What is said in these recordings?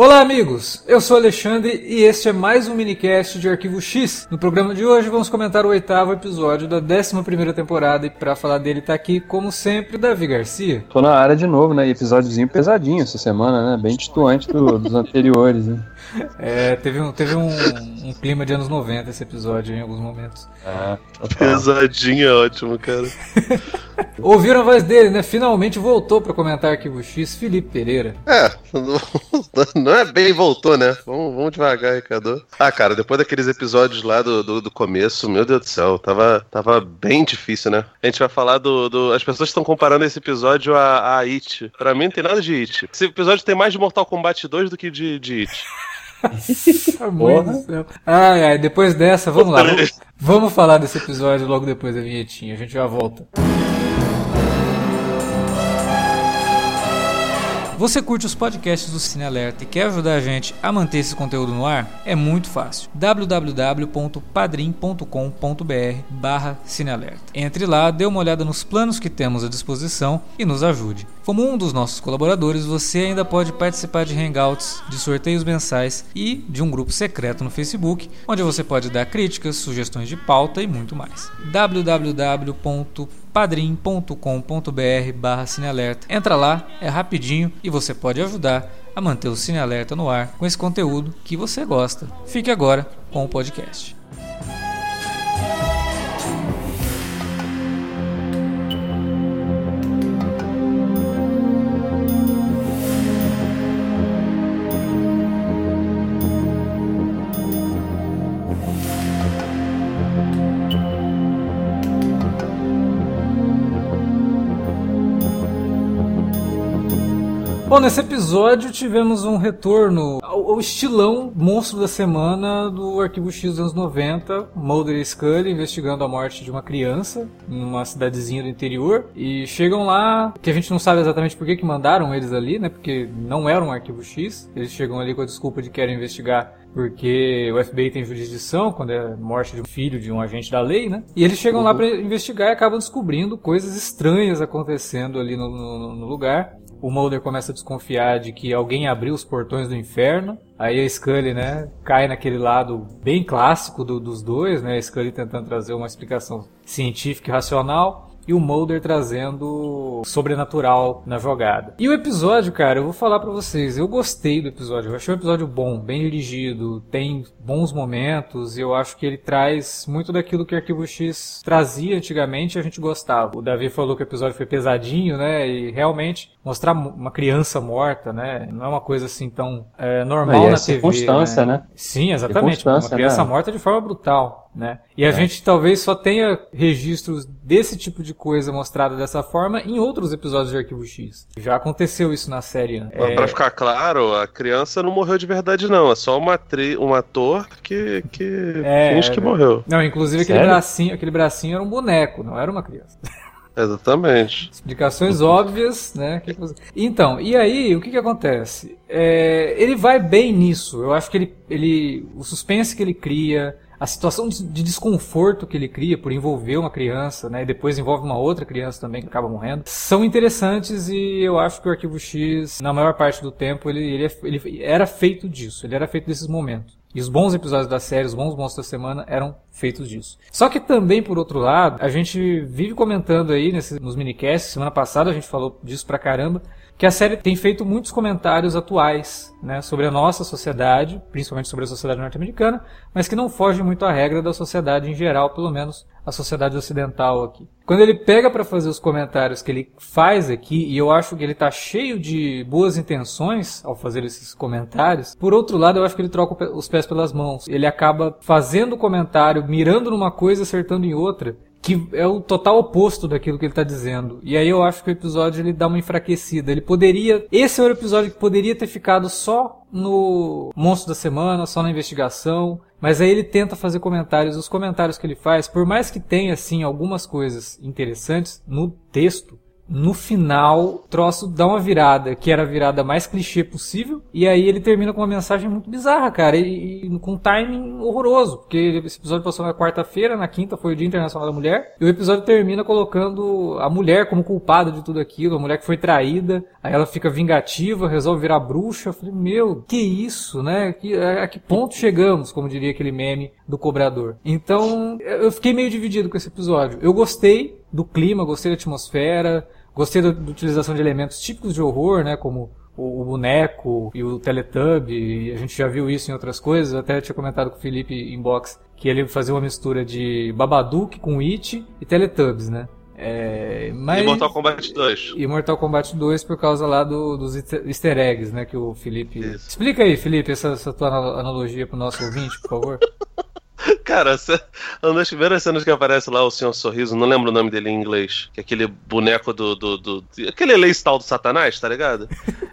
Olá amigos, eu sou Alexandre e este é mais um minicast de Arquivo X. No programa de hoje vamos comentar o 8º episódio da 11ª temporada e para falar dele tá aqui, como sempre, Davi Garcia. Tô na área de novo, né? Episódiozinho pesadinho essa semana, né? Bem destoante dos anteriores, né? Teve um clima de anos 90 esse episódio em alguns momentos. Pesadinho é ótimo, cara. Ouviram a voz dele, né? Finalmente voltou para comentar Arquivo X, Felipe Pereira. Não é bem voltou, né? Vamos devagar, Ricardo. Cara, depois daqueles episódios lá do começo, meu Deus do céu, tava bem difícil, né? A gente vai falar as pessoas estão comparando esse episódio a It. Pra mim não tem nada de It. Esse episódio tem mais de Mortal Kombat 2 do que de It. Mãe do céu. Ai, depois dessa, vamos lá. Vamos falar desse episódio logo depois da vinhetinha. A gente já volta. Você curte os podcasts do Cine Alerta e quer ajudar a gente a manter esse conteúdo no ar? É muito fácil. www.padrim.com.br/cinealerta. Entre lá, dê uma olhada nos planos que temos à disposição e nos ajude. Como um dos nossos colaboradores, você ainda pode participar de hangouts, de sorteios mensais e de um grupo secreto no Facebook, onde você pode dar críticas, sugestões de pauta e muito mais. www.padrim.com.br/cinealerta. Entra lá, é rapidinho e você pode ajudar a manter o Cine Alerta no ar com esse conteúdo que você gosta. Fique agora com o podcast. Bom, nesse episódio tivemos um retorno ao estilão monstro da semana do Arquivo X dos anos 90, Mulder e Scully investigando a morte de uma criança numa cidadezinha do interior, e chegam lá, que a gente não sabe exatamente por que mandaram eles ali, né, porque não era um Arquivo X, eles chegam ali com a desculpa de que querem investigar porque o FBI tem jurisdição quando é morte de um filho de um agente da lei, né? E eles chegam lá para investigar e acabam descobrindo coisas estranhas acontecendo ali no lugar. O Mulder começa a desconfiar de que alguém abriu os portões do inferno. Aí a Scully, né, cai naquele lado bem clássico dos dois, né? A Scully tentando trazer uma explicação científica e racional, e o Mulder trazendo sobrenatural na jogada. E o episódio, cara, eu vou falar pra vocês, eu gostei do episódio, eu achei um episódio bom, bem dirigido, tem bons momentos, e eu acho que ele traz muito daquilo que Arquivo X trazia antigamente e a gente gostava. O Davi falou que o episódio foi pesadinho, né, e realmente mostrar uma criança morta, né, não é uma coisa assim tão normal na TV, circunstância, né? Sim, exatamente, uma criança morta de forma brutal, né, e a gente talvez só tenha registros desse tipo de coisa mostrada dessa forma em outros episódios de Arquivo X. Já aconteceu isso na série. Pra ficar claro, a criança não morreu de verdade, não. É só um ator que finge que morreu. Não, inclusive aquele bracinho era um boneco, não era uma criança. Exatamente. Explicações óbvias, né? Então, e aí, o que acontece? Ele vai bem nisso. Eu acho que o suspense que ele cria, a situação de desconforto que ele cria por envolver uma criança, né, e depois envolve uma outra criança também que acaba morrendo, são interessantes, e eu acho que o Arquivo X, na maior parte do tempo, ele era feito disso, ele era feito desses momentos. E os bons episódios da série, os bons monstros da semana eram feitos disso. Só que também, por outro lado, a gente vive comentando aí nos minicasts, semana passada a gente falou disso pra caramba, que a série tem feito muitos comentários atuais, né, sobre a nossa sociedade, principalmente sobre a sociedade norte-americana, mas que não foge muito à regra da sociedade em geral, pelo menos a sociedade ocidental aqui. Quando ele pega para fazer os comentários que ele faz aqui, e eu acho que ele tá cheio de boas intenções ao fazer esses comentários, por outro lado eu acho que ele troca os pés pelas mãos. Ele acaba fazendo o comentário, mirando numa coisa, acertando em outra, que é o total oposto daquilo que ele está dizendo. E aí eu acho que o episódio ele dá uma enfraquecida. Esse é o episódio que poderia ter ficado só no Monstro da Semana, só na investigação, mas aí ele tenta fazer comentários. Os comentários que ele faz, por mais que tenha assim algumas coisas interessantes no texto, no final, o troço dá uma virada, que era a virada mais clichê possível, e aí ele termina com uma mensagem muito bizarra, cara, e com um timing horroroso, porque esse episódio passou na quarta-feira, na quinta foi o Dia Internacional da Mulher, e o episódio termina colocando a mulher como culpada de tudo aquilo, a mulher que foi traída, aí ela fica vingativa, resolve virar bruxa. Eu falei, meu, que isso, né? A que ponto chegamos, como diria aquele meme do cobrador. Então, eu fiquei meio dividido com esse episódio. Eu gostei do clima, gostei da atmosfera, gostei da utilização de elementos típicos de horror, né, como o boneco e o Teletubby, e a gente já viu isso em outras coisas. Eu até tinha comentado com o Felipe em box que ele fazia uma mistura de Babadook com It e Teletubbies, né. Mas... E Mortal Kombat 2. E Mortal Kombat 2 por causa lá dos easter eggs, né, que o Felipe... Isso. Explica aí, Felipe, essa tua analogia pro nosso ouvinte, por favor. Cara, uma das primeiras cenas que aparece lá, o Senhor Sorriso, não lembro o nome dele em inglês, que é aquele boneco aquele eleistal do Satanás, tá ligado?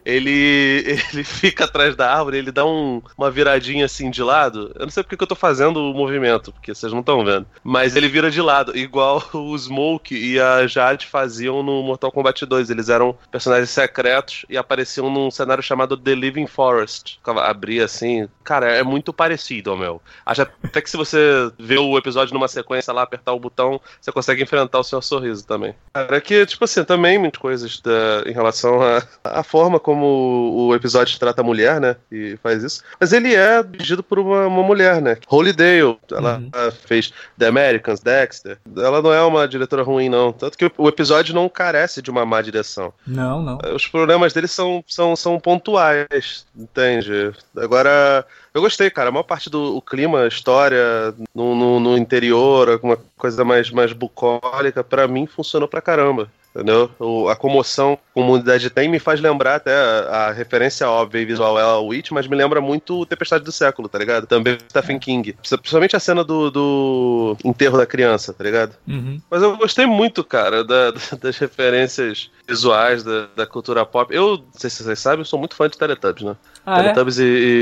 Ele fica atrás da árvore, ele dá uma viradinha assim de lado. Eu não sei porque que eu tô fazendo o movimento, porque vocês não estão vendo. Mas ele vira de lado, igual o Smoke e a Jade faziam no Mortal Kombat 2. Eles eram personagens secretos e apareciam num cenário chamado The Living Forest. Abria assim. Cara, é muito parecido, meu. Acho até que se você vê o episódio numa sequência lá, apertar o botão, você consegue enfrentar o Senhor Sorriso também. Cara, é que, tipo assim, também muitas coisas em relação à forma como o episódio trata a mulher, né? E faz isso. Mas ele é dirigido por uma mulher, né? Holly Dale, ela fez The Americans, Dexter. Ela não é uma diretora ruim, não. Tanto que o episódio não carece de uma má direção. Não. Os problemas dele são pontuais, entende? Agora... Eu gostei, cara. A maior parte do clima, história, no interior, alguma coisa mais bucólica, pra mim funcionou pra caramba. Entendeu? A comoção que a comunidade tem me faz lembrar até a referência óbvia e visual é o It, mas me lembra muito o Tempestade do Século, tá ligado? Também Stephen King. Principalmente a cena do enterro da criança, tá ligado? Uhum. Mas eu gostei muito, cara, das referências visuais da cultura pop. Eu, não sei se vocês sabem, eu sou muito fã de Teletubbies, né? Teletubbies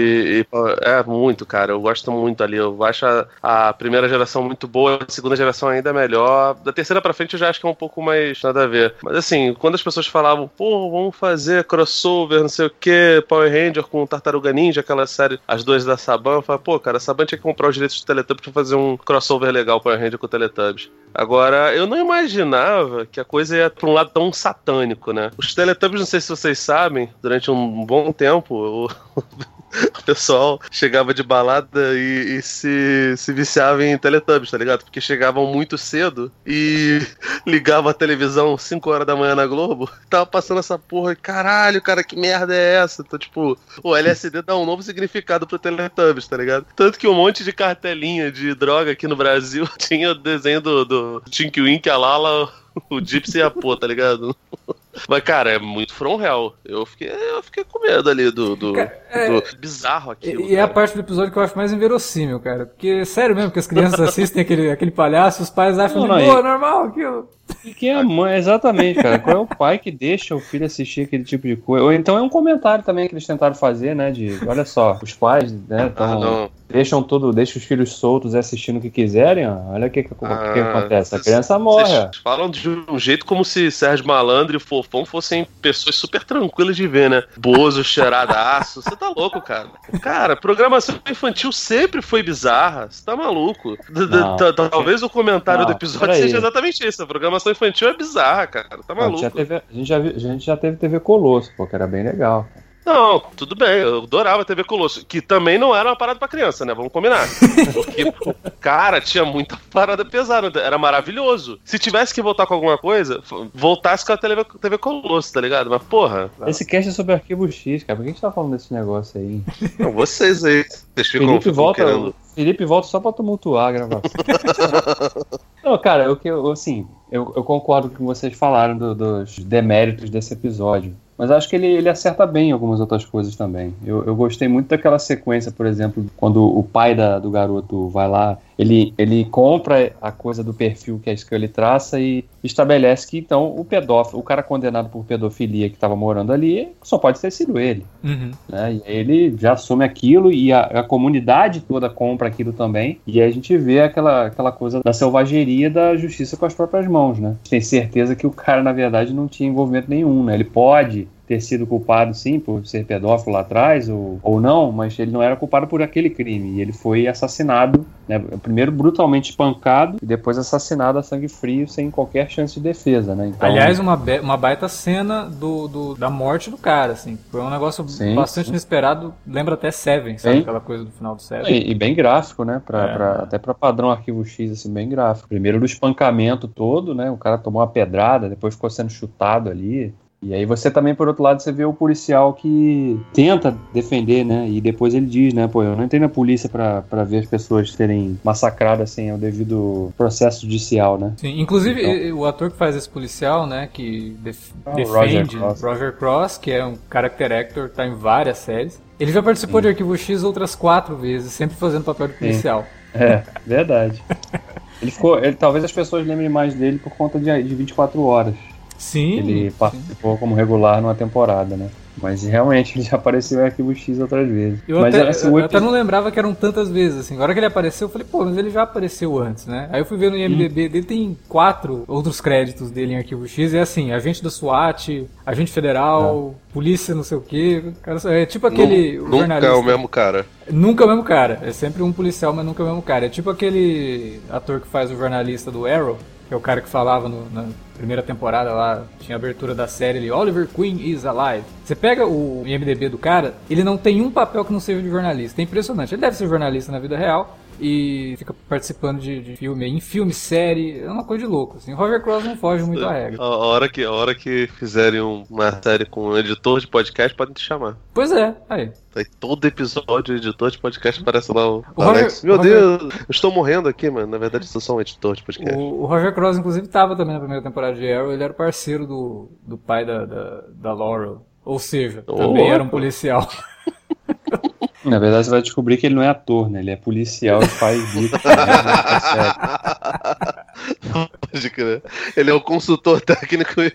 é muito, cara. Eu gosto muito ali. Eu acho a primeira geração muito boa, a segunda geração ainda melhor. Da terceira pra frente eu já acho que é um pouco mais nada a ver. Mas assim, quando as pessoas falavam, pô, vamos fazer crossover, não sei o que, Power Ranger com Tartaruga Ninja, aquela série, as duas da Saban, eu falei, pô, cara, a Saban tinha que comprar os direitos de Teletubbies pra fazer um crossover legal, Power Ranger com Teletubbies. Agora, eu não imaginava que a coisa ia pra um lado tão satânico, né? Os Teletubbies, não sei se vocês sabem, durante um bom tempo, o pessoal chegava de balada e se viciava em Teletubbies, tá ligado? Porque chegavam muito cedo e ligavam a televisão 5 horas da manhã na Globo, tava passando essa porra, caralho, cara, que merda é essa? Então, tipo, o LSD dá um novo significado pro Teletubbies, tá ligado? Tanto que um monte de cartelinha de droga aqui no Brasil tinha o desenho do Tinky Winky, a Lala, o Gypsy e a Pô, tá ligado? Mas, cara, é muito from hell. Eu fiquei com medo ali do bizarro aquilo. E é a parte do episódio que eu acho mais inverossímil, cara. Porque, sério mesmo, que as crianças assistem aquele palhaço, os pais acham normal aquilo. E quem é a mãe, exatamente, cara. Qual é o pai que deixa o filho assistir aquele tipo de coisa? Ou então é um comentário também que eles tentaram fazer, né? De, olha só, os pais, né? Deixam os filhos soltos assistindo o que quiserem, ó. Olha o que acontece. A criança morre. Vocês falam de um jeito como se Sérgio Malandro e Fofão fossem pessoas super tranquilas de ver, né? Bozo, cheiradaço. Você tá louco, cara. Cara, programação infantil sempre foi bizarra. Você tá maluco. Talvez o comentário do episódio seja exatamente isso. A programação infantil é bizarra, cara. Tá maluco. A gente já teve TV Colosso, pô, que era bem legal. Não, tudo bem, eu adorava a TV Colosso, que também não era uma parada pra criança, né? Vamos combinar. Porque, cara, tinha muita parada pesada, era maravilhoso. Se tivesse que voltar com alguma coisa, voltasse com a TV Colosso, tá ligado? Mas, porra... Esse cast é sobre Arquivo X, cara. Por que a gente tá falando desse negócio aí? Não, vocês aí. Felipe volta só pra tumultuar a gravação. Não, cara, eu concordo com o que vocês falaram dos deméritos desse episódio. Mas acho que ele acerta bem em algumas outras coisas também. Eu gostei muito daquela sequência, por exemplo, quando o pai do garoto vai lá Ele compra a coisa do perfil que a Scully traça e estabelece que, então, o pedófilo, o cara condenado por pedofilia que estava morando ali, só pode ter sido ele. Uhum. Né? E aí ele já assume aquilo e a comunidade toda compra aquilo também. E aí a gente vê aquela coisa da selvageria da justiça com as próprias mãos, né? Tem certeza que o cara, na verdade, não tinha envolvimento nenhum, né? Ele pode ter sido culpado, sim, por ser pedófilo lá atrás, ou não, mas ele não era culpado por aquele crime. E ele foi assassinado, né? Primeiro brutalmente espancado e depois assassinado a sangue frio, sem qualquer chance de defesa, né? Então, aliás, uma baita cena da morte do cara, assim. Foi um negócio bastante inesperado, lembra até Seven, sabe? Aquela coisa do final do Seven. E bem gráfico, né? Até pra padrão Arquivo X, assim, bem gráfico. Primeiro do espancamento todo, né? O cara tomou uma pedrada, depois ficou sendo chutado ali. E aí você também, por outro lado, você vê o policial que tenta defender, né? E depois ele diz, né? Pô, eu não entrei na polícia pra ver as pessoas serem massacradas sem o devido processo judicial, né? Sim, inclusive então, o ator que faz esse policial, né? Que defende Roger Cross, que é um character actor, tá em várias séries. Ele já participou de Arquivo X outras 4 vezes, sempre fazendo papel de policial. É, verdade. ele talvez as pessoas lembrem mais dele por conta de 24 horas. Sim. Ele participou como regular numa temporada, né? Mas realmente ele já apareceu em Arquivo X outras vezes. Eu até não lembrava que eram tantas vezes, assim. Agora que ele apareceu, eu falei, pô, mas ele já apareceu antes, né? Aí eu fui ver no IMDb dele, tem 4 outros créditos dele em Arquivo X. É assim, agente da SWAT, agente federal, polícia não sei o quê. É tipo aquele jornalista. Nunca é o mesmo cara. Nunca é o mesmo cara. É sempre um policial, mas nunca é o mesmo cara. É tipo aquele ator que faz o jornalista do Arrow, que é o cara que falava na primeira temporada lá, tinha a abertura da série ali, Oliver Queen is alive. Você pega o IMDb do cara, ele não tem um papel que não seja de jornalista. É impressionante. Ele deve ser jornalista na vida real e fica participando de filme, em filme, série, é uma coisa de louco. Assim. O Roger Cross não foge muito à regra. A hora que fizerem uma série com um editor de podcast, podem te chamar. Pois é, aí. Todo episódio, o editor de podcast aparece lá o Alex. Meu Deus, eu estou morrendo aqui, mano. Na verdade, eu sou só um editor de podcast. O Roger Cross, inclusive, estava também na primeira temporada de Arrow. Ele era o parceiro do pai da Laurel. Ou seja, também era um policial. Na verdade, você vai descobrir que ele não é ator, né? Ele é policial e faz vídeo. Pode crer. Ele é o consultor técnico e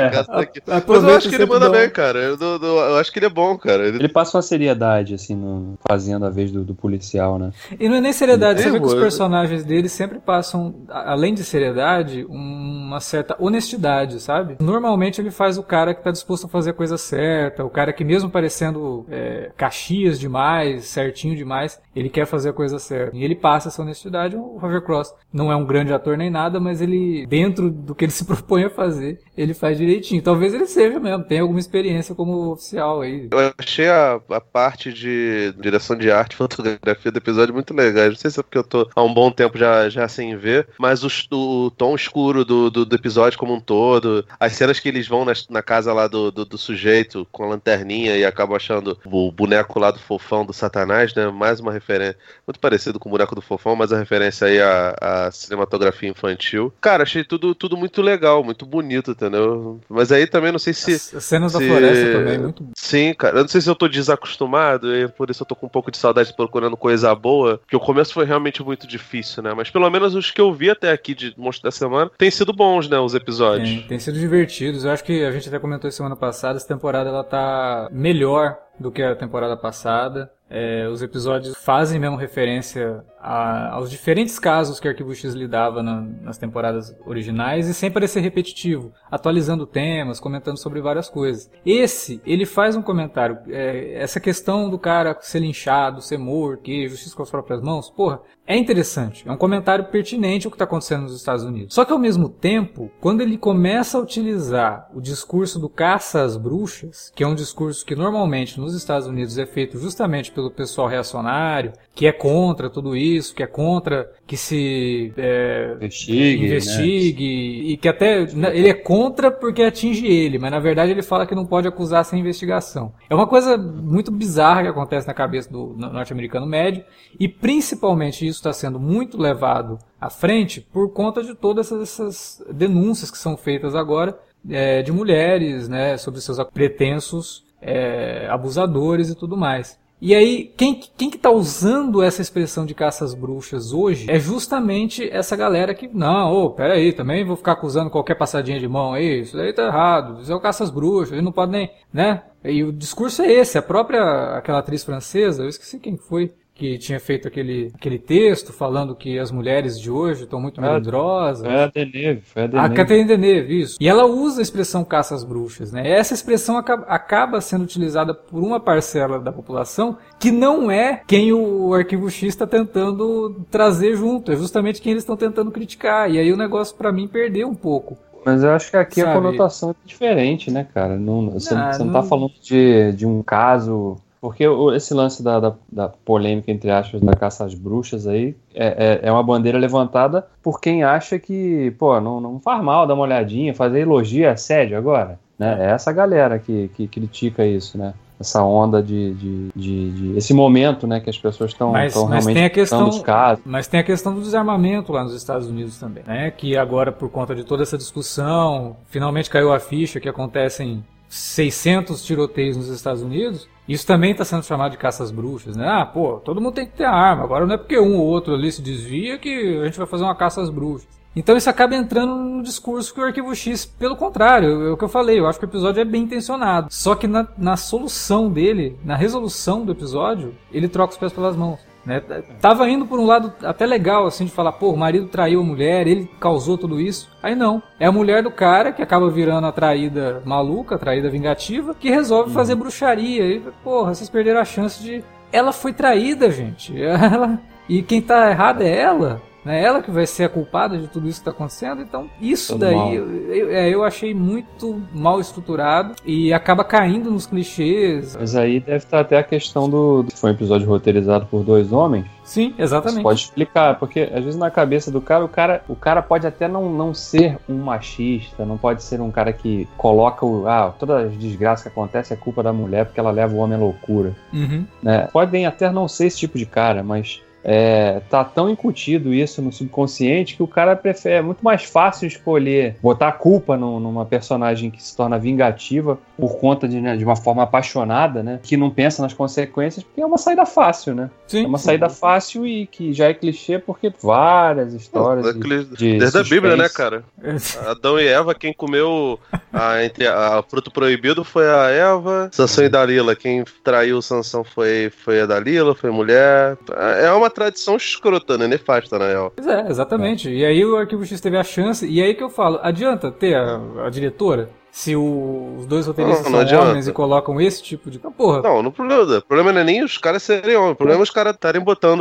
mas eu acho que ele manda bem, cara. Eu acho que ele é bom, cara. Ele passa uma seriedade, assim, fazendo a vez do policial, né? E não é nem seriedade, você vê que os personagens dele sempre passam, além de seriedade, uma certa honestidade, sabe? Normalmente ele faz o cara que tá disposto a fazer a coisa certa, o cara que mesmo parecendo Caxias demais, certinho demais, ele quer fazer a coisa certa. E ele passa essa honestidade. O Roger Cross não é um grande ator nem nada, mas ele, dentro do que ele se propõe a fazer, ele faz direitinho. Talvez ele seja mesmo, tenha alguma experiência como oficial aí. Eu achei a parte de direção de arte, fotografia do episódio muito legal. Não sei se é porque eu tô há um bom tempo já sem ver, mas o tom escuro do episódio como um todo, as cenas que eles vão na casa lá do sujeito com a lanterninha e acabam achando o boneco lá do Fofão do Satanás, né? Mais uma referência, muito parecido com o boneco do Fofão, mas a referência aí à cinematografia infantil. Cara, achei tudo muito legal, muito bonito, entendeu? Mas aí também não sei se... As cenas da floresta também, muito bom. Sim, cara. Eu não sei se eu tô desacostumado e por isso eu tô com um pouco de saudade procurando coisa boa, porque o começo foi realmente muito difícil, né? Mas pelo menos os que eu vi até aqui de Monstro da Semana tem sido bons, né? Os episódios. Tem sido divertidos. Eu acho que a gente até comentou semana passada, essa temporada ela tá melhor do que a temporada passada. Os episódios fazem mesmo referência aos diferentes casos que Arquivo X lidava nas temporadas originais e sem parecer repetitivo, atualizando temas, comentando sobre várias coisas. Ele faz um comentário, essa questão do cara ser linchado, ser morto, que justiça com as próprias mãos, porra, é interessante, é um comentário pertinente ao que está acontecendo nos Estados Unidos. Só que ao mesmo tempo, quando ele começa a utilizar o discurso do caça às bruxas, que é um discurso que normalmente nos Estados Unidos é feito justamente pelo pessoal reacionário, que é contra tudo isso, que é contra que se investigue, né? E que até ele é contra porque atinge ele, mas na verdade ele fala que não pode acusar sem investigação. É uma coisa muito bizarra que acontece na cabeça do norte-americano médio, e principalmente isso está sendo muito levado à frente por conta de todas essas denúncias que são feitas agora de mulheres, né, sobre seus pretensos abusadores e tudo mais. E aí, quem que tá usando essa expressão de caça às bruxas hoje é justamente essa galera que, não, peraí, também vou ficar acusando qualquer passadinha de mão aí, isso daí tá errado, isso é o caça às bruxas, ele não pode nem, né? E o discurso é esse, aquela atriz francesa, eu esqueci quem foi, que tinha feito aquele texto falando que as mulheres de hoje estão muito melindrosas. Foi a Deneuve. A Catherine Deneuve, isso. E ela usa a expressão caça às bruxas, né? Essa expressão acaba sendo utilizada por uma parcela da população que não é quem o Arquivo X está tentando trazer junto, é justamente quem eles estão tentando criticar. E aí o negócio, pra mim, perdeu um pouco. Mas eu acho que aqui a conotação é diferente, né, cara? Você não tá falando de um caso... Porque esse lance da polêmica, entre aspas, da caça às bruxas aí, é uma bandeira levantada por quem acha que, pô, não faz mal dar uma olhadinha, fazer elogio é assédio agora, né? É essa galera que critica isso, né? Essa onda de esse momento, né, que as pessoas estão realmente tem a questão dos casos. Mas tem a questão do desarmamento lá nos Estados Unidos também, né? Que agora, por conta de toda essa discussão, finalmente caiu a ficha que acontecem 600 tiroteios nos Estados Unidos. Isso também está sendo chamado de caça às bruxas, né? Todo mundo tem que ter arma. Agora não é porque um ou outro ali se desvia que a gente vai fazer uma caça às bruxas. Então isso acaba entrando no discurso que o Arquivo X, pelo contrário, é o que eu falei, eu acho que o episódio é bem intencionado. Só que na solução dele, na resolução do episódio, ele troca os pés pelas mãos. Né? Tava indo por um lado até legal, assim, de falar, o marido traiu a mulher, ele causou tudo isso. Aí não, é a mulher do cara que acaba virando a traída maluca, a traída vingativa, que resolve fazer bruxaria. E, vocês perderam a chance de... Ela foi traída, gente. E quem tá errado é ela. Né? Ela que vai ser a culpada de tudo isso que está acontecendo. Então, isso daí eu achei muito mal estruturado e acaba caindo nos clichês. Mas aí deve estar até a questão do que foi um episódio roteirizado por 2 homens. Sim, exatamente. Você pode explicar, porque às vezes na cabeça do cara, o cara pode até não ser um machista, não pode ser um cara que coloca toda a desgraça que acontece é culpa da mulher porque ela leva o homem à loucura. Uhum. Né? Podem até não ser esse tipo de cara, mas tá tão incutido isso no subconsciente que o cara prefere, é muito mais fácil escolher botar a culpa numa personagem que se torna vingativa por conta de uma forma apaixonada, né, que não pensa nas consequências, porque é uma saída fácil, né? Sim, é uma saída fácil e que já é clichê porque várias histórias desde a Bíblia, né, cara? Adão e Eva, quem comeu a fruto proibido foi a Eva, Sansão e Dalila, quem traiu Sansão foi a Dalila, foi a mulher. É uma tradição escrota, né? Nefasta, na real. Pois é, exatamente. E aí o Arquivo X teve a chance, e aí que eu falo, adianta ter a diretora? Se os 2 roteiristas são homens e colocam esse tipo de... Porra. Não, o problema não é nem os caras serem homens. O problema é os caras estarem botando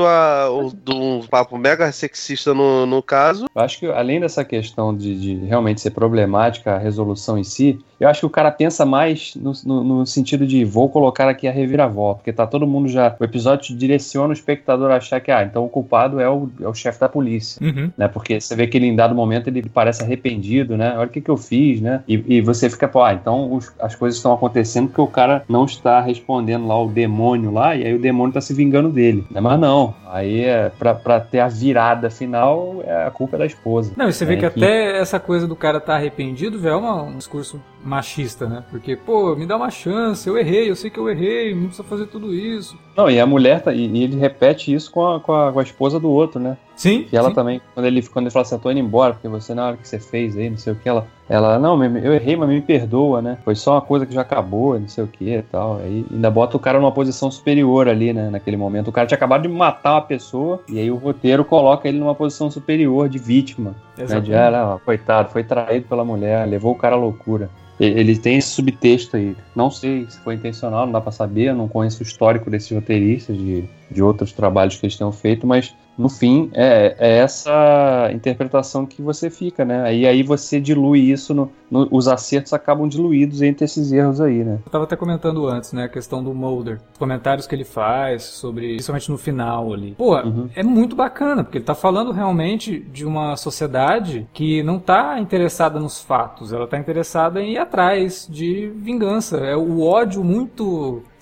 um papo mega sexista no caso. Eu acho que além dessa questão de realmente ser problemática a resolução em si, eu acho que o cara pensa mais no sentido de vou colocar aqui a reviravolta, porque tá todo mundo já... O episódio direciona o espectador a achar que, então o culpado é o chefe da polícia, né? Porque você vê que ele em dado momento ele parece arrependido, né? Olha o que eu fiz, né? E você fica, então as coisas estão acontecendo porque o cara não está respondendo lá o demônio lá, e aí o demônio tá se vingando dele, né? Mas não, aí pra ter a virada final, a culpa é da esposa. Não, e você vê que até essa coisa do cara tá arrependido já é um discurso machista, né? Porque, me dá uma chance, eu errei, eu sei que eu errei, não precisa fazer tudo isso. Não, e a mulher, e ele repete isso com a esposa do outro, né? Sim. E ela também, quando ele fala assim, eu tô indo embora, porque você, na hora que você fez aí, não sei o que, ela, não, eu errei, mas me perdoa, né? Foi só uma coisa que já acabou, não sei o que e tal. Aí ainda bota o cara numa posição superior ali, né? Naquele momento. O cara tinha acabado de matar uma pessoa, e aí o roteiro coloca ele numa posição superior de vítima. Exatamente. Né? Coitado, foi traído pela mulher, levou o cara à loucura. Ele tem esse subtexto aí. Não sei se foi intencional, não dá pra saber, eu não conheço o histórico desses roteiristas, de outros trabalhos que eles tenham feito, mas no fim é essa interpretação que você fica, né? Aí você dilui isso, os acertos acabam diluídos entre esses erros aí, né? Eu tava até comentando antes, né, a questão do Mulder, os comentários que ele faz sobre, principalmente no final ali. É muito bacana, porque ele tá falando realmente de uma sociedade que não tá interessada nos fatos, ela tá interessada em ir atrás de vingança. É o ódio muito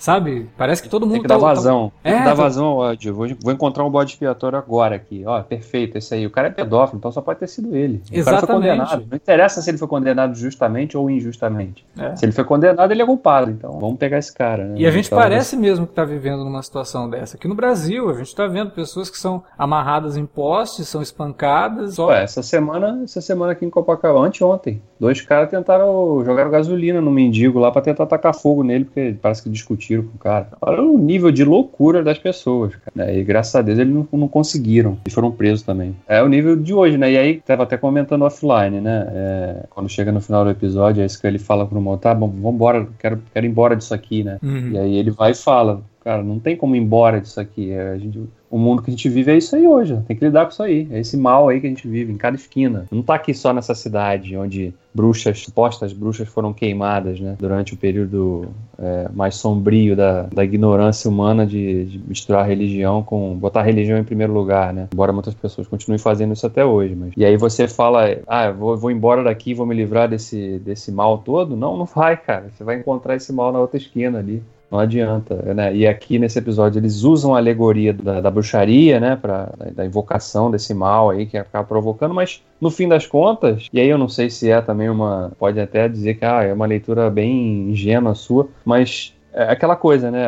sabe? Parece que todo mundo tem que dar vazão. Tem que dar vazão ao ódio. Vou encontrar um bode expiatório agora aqui. Ó, perfeito, esse aí. O cara é pedófilo, então só pode ter sido ele. O cara foi condenado. Não interessa se ele foi condenado justamente ou injustamente. Se ele foi condenado, ele é culpado. Então, vamos pegar esse cara, né? E a gente parece mesmo que tá vivendo numa situação dessa. Aqui no Brasil, a gente tá vendo pessoas que são amarradas em postes, são espancadas. Essa semana aqui em Copacabana, anteontem, 2 caras jogaram gasolina no mendigo lá pra tentar tacar fogo nele, porque parece que discutiram com o cara. Olha o nível de loucura das pessoas, cara. E graças a Deus eles não conseguiram. E foram presos também. É o nível de hoje, né? E aí, tava até comentando offline, né? Quando chega no final do episódio, é isso que ele fala pro Mo, tá bom, vambora, quero ir embora disso aqui, né? E aí ele vai e fala, cara, não tem como ir embora disso aqui. O mundo que a gente vive é isso aí hoje. Tem que lidar com isso aí. É esse mal aí que a gente vive em cada esquina. Não tá aqui só nessa cidade onde supostas bruxas foram queimadas, né? Durante o período mais sombrio da ignorância humana de misturar religião botar a religião em primeiro lugar, né? Embora muitas pessoas continuem fazendo isso até hoje. E aí você fala, vou embora daqui, vou me livrar desse mal todo? Não vai, cara. Você vai encontrar esse mal na outra esquina ali. Não adianta, né? E aqui nesse episódio eles usam a alegoria da bruxaria, né? Da invocação desse mal aí que acaba provocando, mas no fim das contas, e aí eu não sei se é também pode até dizer que é uma leitura bem ingênua sua, mas é aquela coisa, né?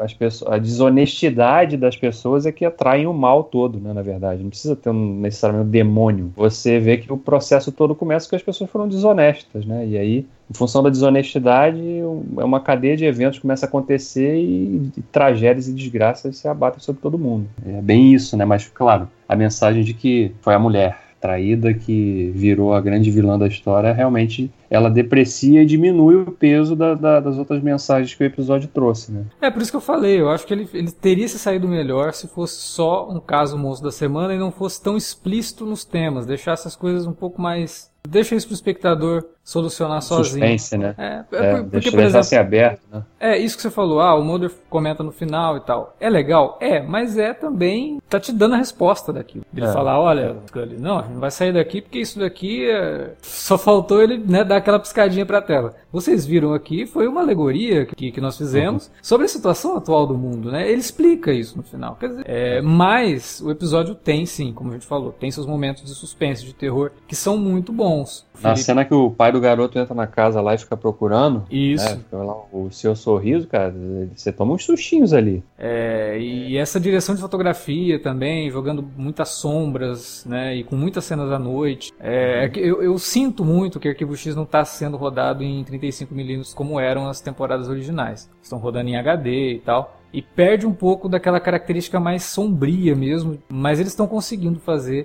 A desonestidade das pessoas é que atraem o mal todo, né? Na verdade, não precisa ter necessariamente um demônio. Você vê que o processo todo começa porque as pessoas foram desonestas, né? E aí, em função da desonestidade, uma cadeia de eventos começa a acontecer e tragédias e desgraças se abatem sobre todo mundo. É bem isso, né? Mas, claro, a mensagem de que foi a mulher traída que virou a grande vilã da história, realmente ela deprecia e diminui o peso das outras mensagens que o episódio trouxe, né? Por isso que eu falei, eu acho que ele teria se saído melhor se fosse só um caso monstro da semana e não fosse tão explícito nos temas, deixasse as coisas um pouco mais... Deixa isso pro espectador solucionar sozinho. Suspense, né? Porque, por exemplo, assim aberto, né? Isso que você falou, o Mulder comenta no final e tal. É legal? Mas também tá te dando a resposta daquilo. Ele falar, olha, Scully, não, a gente não vai sair daqui porque isso daqui só faltou ele, né, dar aquela piscadinha pra tela. Vocês viram aqui, foi uma alegoria que nós fizemos sobre a situação atual do mundo, né? Ele explica isso no final. Quer dizer, mas o episódio tem, sim, como a gente falou, tem seus momentos de suspense, de terror, que são muito bons. Na cena que o pai do garoto entra na casa lá e fica procurando, isso. Né, lá, o seu sorriso, cara, você toma uns sustinhos ali. E essa direção de fotografia também, jogando muitas sombras, né, e com muitas cenas à noite. Eu sinto muito que Arquivo X não está sendo rodado em 35mm como eram as temporadas originais. Estão rodando em HD e tal. E perde um pouco daquela característica mais sombria mesmo, mas eles estão conseguindo fazer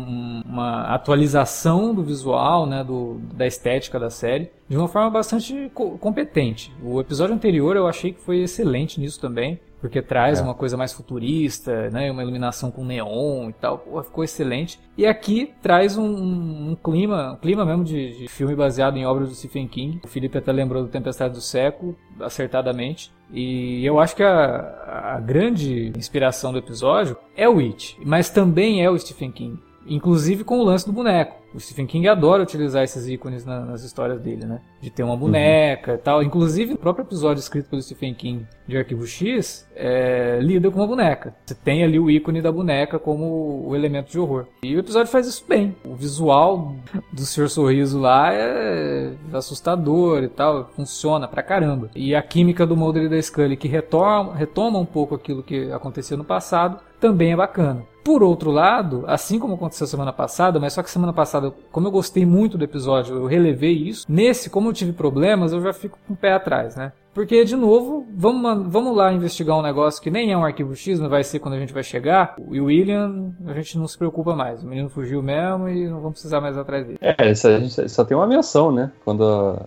uma atualização do visual, né, da estética da série, de uma forma bastante competente. O episódio anterior eu achei que foi excelente nisso também, porque traz uma coisa mais futurista, né, uma iluminação com neon e tal, ficou excelente. E aqui traz um clima mesmo de filme baseado em obras do Stephen King. O Felipe até lembrou do Tempestade do Século, acertadamente. E eu acho que a grande inspiração do episódio é o It, mas também é o Stephen King. Inclusive com o lance do boneco. O Stephen King adora utilizar esses ícones nas histórias dele, né? De ter uma boneca e tal. Inclusive, o próprio episódio escrito pelo Stephen King de Arquivo X lida com uma boneca. Você tem ali o ícone da boneca como o elemento de horror. E o episódio faz isso bem. O visual do Sr. Sorriso lá é assustador e tal. Funciona pra caramba. E a química do Mulder e da Scully, que retoma um pouco aquilo que aconteceu no passado, também é bacana. Por outro lado, assim como aconteceu semana passada, mas só que semana passada, como eu gostei muito do episódio, eu relevei isso. Nesse, como eu tive problemas, eu já fico com o pé atrás, né? Porque, de novo, vamos lá investigar um negócio que nem é um Arquivo X, não vai ser quando a gente vai chegar. E o William, a gente não se preocupa mais. O menino fugiu mesmo e não vamos precisar mais atrás dele. A gente só tem uma menção, né? Quando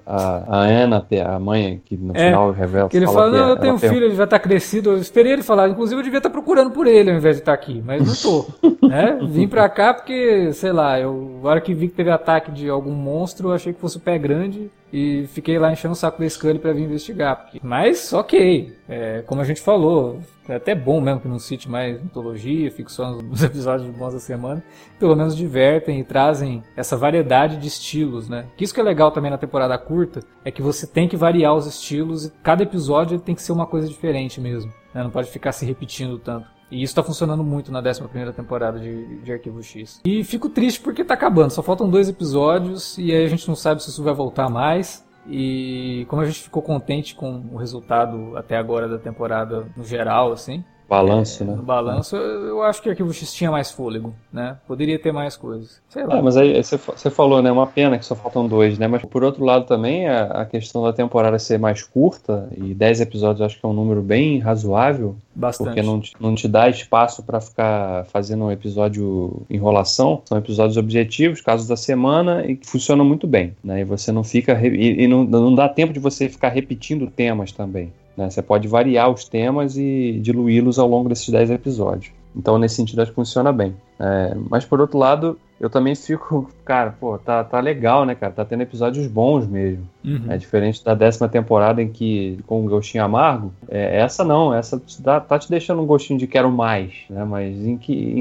a Anna, a mãe, que no final revela... Que ele fala, não, eu tenho um filho, ele já tá crescido. Eu esperei ele falar. Inclusive, eu devia estar procurando por ele ao invés de estar aqui. Mas não tô. Né? Vim pra cá porque, sei lá, a hora que vi que teve ataque de algum monstro, eu achei que fosse o Pé Grande e fiquei lá enchendo o saco da Scully pra vir investigar. Mas, ok, como a gente falou, é até bom mesmo que não cite mais mitologia, fique só nos episódios bons da semana, pelo menos divertem e trazem essa variedade de estilos, né? Que isso que é legal também na temporada curta, é que você tem que variar os estilos e cada episódio tem que ser uma coisa diferente mesmo, né? Não pode ficar se repetindo tanto. E isso tá funcionando muito na 11ª temporada de Arquivo X. E fico triste porque tá acabando, só faltam 2 episódios e aí a gente não sabe se isso vai voltar mais. E como a gente ficou contente com o resultado até agora da temporada no geral, assim... Balanço, né? No balanço, eu acho que Arquivo X tinha mais fôlego, né? Poderia ter mais coisas. Sei lá. Mas aí você falou, né? Uma pena que só faltam 2, né? Mas por outro lado também, a questão da temporada ser mais curta, e 10 episódios eu acho que é um número bem razoável. Bastante. Porque não te dá espaço pra ficar fazendo um episódio enrolação. São episódios objetivos, casos da semana, e que funcionam muito bem, né? E você não fica... E não dá tempo de você ficar repetindo temas também. Você pode variar os temas e diluí-los ao longo desses 10 episódios. Então, nesse sentido, acho que funciona bem. Mas, por outro lado, eu também fico... Cara, pô, tá legal, né, cara? Tá tendo episódios bons mesmo. Uhum. É diferente da 10ª temporada em que, com um gostinho amargo, essa não. Essa tá te deixando um gostinho de quero mais, né? Mas em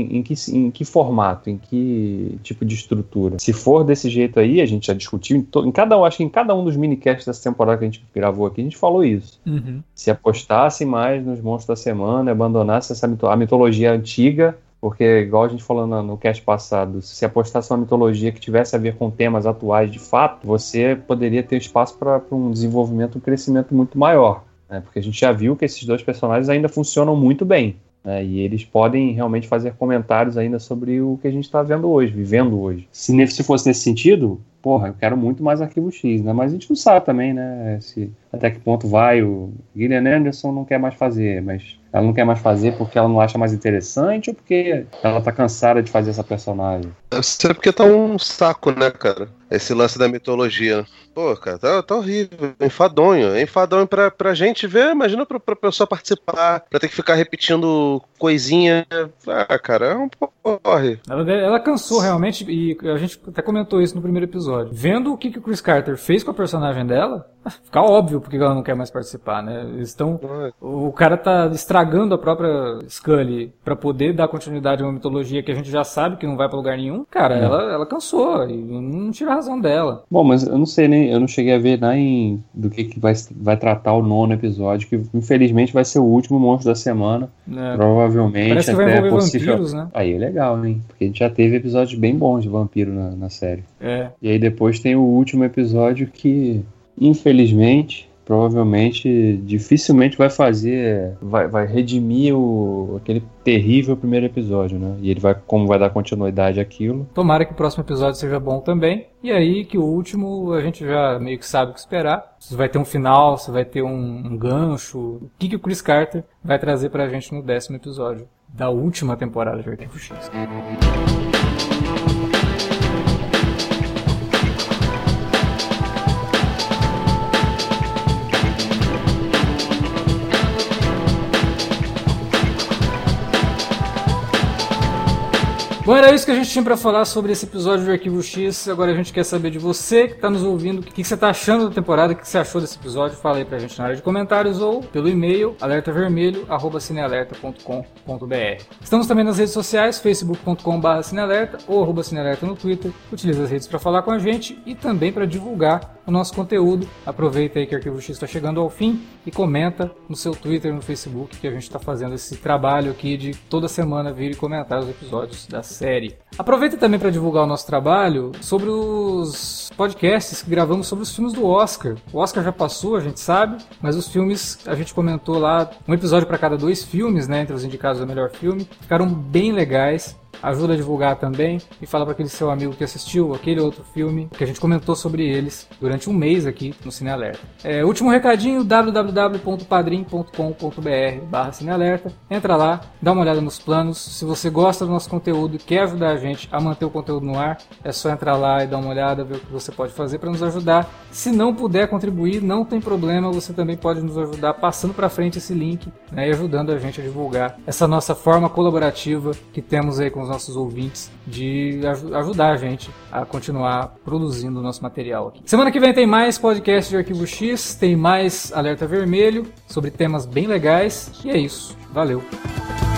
que formato? Em que tipo de estrutura? Se for desse jeito aí, a gente já discutiu acho que em cada um dos minicasts dessa temporada que a gente gravou aqui, a gente falou isso. Uhum. Se apostasse mais nos monstros da semana, abandonasse a mitologia antiga, porque, igual a gente falou no cast passado, se apostasse uma mitologia que tivesse a ver com temas atuais de fato, você poderia ter espaço para um desenvolvimento, um crescimento muito maior, né? Porque a gente já viu que esses 2 personagens ainda funcionam muito bem, né? E eles podem realmente fazer comentários ainda sobre o que a gente está vivendo hoje. Se fosse nesse sentido, porra, eu quero muito mais Arquivo X, né? Mas a gente não sabe também, né? Até que ponto vai. O Gillian Anderson não quer mais fazer, mas ela não quer mais fazer porque ela não acha mais interessante ou porque ela tá cansada de fazer essa personagem? Deve ser porque tá um saco, né, cara? Esse lance da mitologia. Pô, cara, tá horrível. É enfadonho. É enfadonho pra gente ver, imagina pra pessoa participar, pra ter que ficar repetindo coisinha. Ah, cara, é um porre. Ela cansou realmente, e a gente até comentou isso no primeiro episódio. Vendo o que o Chris Carter fez com a personagem dela, fica óbvio porque ela não quer mais participar, né? O cara tá estragando a própria Scully pra poder dar continuidade a uma mitologia que a gente já sabe que não vai pra lugar nenhum. Cara, ela cansou e não tira a razão dela. Bom, mas eu não sei, nem eu não cheguei a ver do que vai tratar o 9º episódio, que infelizmente vai ser o último monstro da semana. Provavelmente. Parece que vai envolver vampiros, né? Aí é legal, hein? Porque a gente já teve episódios bem bons de vampiro na série. E aí depois tem o último episódio que, infelizmente, provavelmente, dificilmente vai redimir aquele terrível primeiro episódio, né? E ele como vai dar continuidade àquilo. Tomara que o próximo episódio seja bom também. E aí que o último a gente já meio que sabe o que esperar. Se vai ter um final, se vai ter um gancho. O que o Chris Carter vai trazer pra gente no 10º episódio da última temporada de Arquivo X. Bom, era isso que a gente tinha pra falar sobre esse episódio de Arquivo X. Agora a gente quer saber de você que tá nos ouvindo, o que você tá achando da temporada, o que você achou desse episódio. Fala aí pra gente na área de comentários ou pelo e-mail alertavermelho@cinealerta.com.br. Estamos também nas redes sociais, facebook.com/cinealerta ou @cinealerta no Twitter. Utilize as redes pra falar com a gente e também pra divulgar o nosso conteúdo. Aproveita aí que o Arquivo X está chegando ao fim e comenta no seu Twitter, no Facebook, que a gente está fazendo esse trabalho aqui de toda semana vir e comentar os episódios da série. Aproveita também para divulgar o nosso trabalho sobre os podcasts que gravamos sobre os filmes do Oscar. O Oscar já passou, a gente sabe, mas os filmes, a gente comentou lá, um episódio para cada 2 filmes, né, entre os indicados ao melhor filme, ficaram bem legais. Ajuda a divulgar também e fala para aquele seu amigo que assistiu aquele outro filme que a gente comentou sobre eles durante um mês aqui no Cine Alerta. Último recadinho, www.padrim.com.br/cinealerta. Entra lá, dá uma olhada nos planos. Se você gosta do nosso conteúdo e quer ajudar a gente a manter o conteúdo no ar, é só entrar lá e dar uma olhada, ver o que você pode fazer para nos ajudar. Se não puder contribuir, não tem problema, você também pode nos ajudar passando para frente esse link, né, e ajudando a gente a divulgar essa nossa forma colaborativa que temos aí com os aos nossos ouvintes de ajudar a gente a continuar produzindo o nosso material aqui. Semana que vem tem mais podcast de Arquivo X, tem mais Alerta Vermelho sobre temas bem legais. E é isso. Valeu!